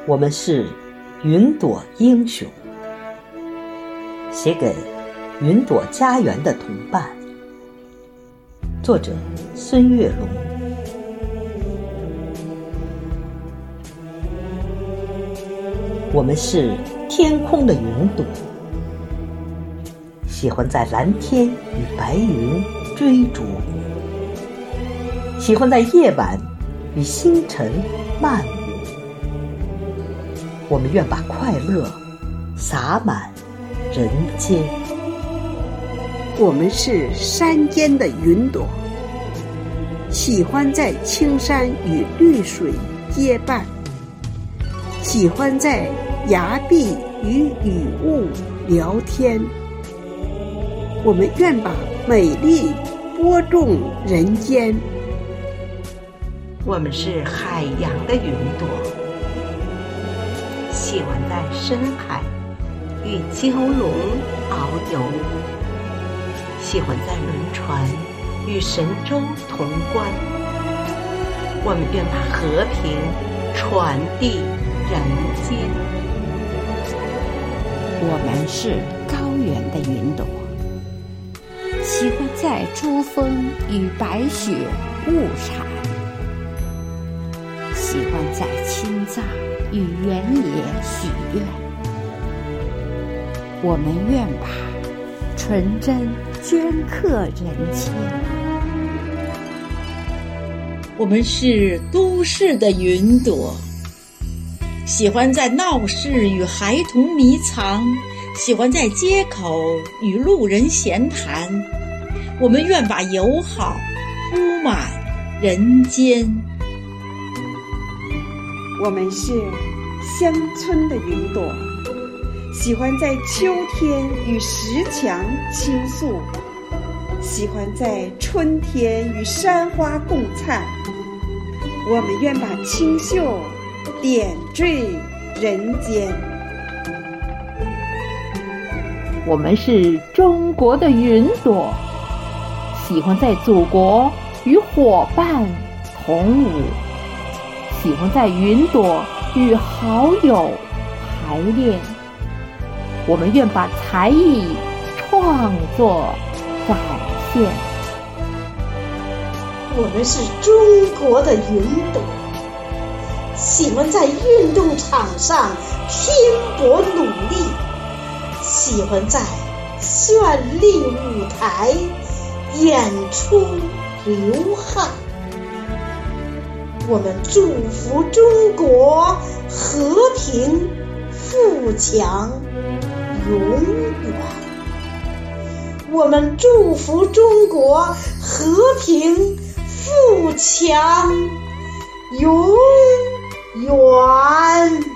我们是云朵英雄，写给云朵家园的同伴。作者孙月龙。我们是天空的云朵，喜欢在蓝天与白云追逐，喜欢在夜晚与星辰漫舞。我们愿把快乐洒满人间。 我们是山间的云朵，喜欢在青山与绿水结伴，喜欢在崖壁与雨雾聊天。我们愿把美丽播种人间。 我们是海洋的云朵，喜欢在深海与蛟龙遨游，喜欢在轮船与神州同观。我们愿把和平传递人间。 我们是高原的云朵，喜欢在珠峰与白雪物产，喜欢在青藏与原野许愿。我们愿把纯真镌刻人间。 我们是都市的云朵，喜欢在闹市与孩童迷藏，喜欢在街口与路人闲谈。我们愿把友好铺满人间。 我们是乡村的云朵，喜欢在秋天与石墙倾诉，喜欢在春天与山花共灿。我们愿把清秀点缀人间。 我们是中国的云朵，喜欢在祖国与伙伴同舞，喜欢在云朵与好友排练。我们愿把才艺创作展现。 我们是中国的云朵，喜欢在运动场上拼搏努力，喜欢在绚丽舞台演出流汗。我们祝福中国和平富强永远。我们祝福中国和平富强永远。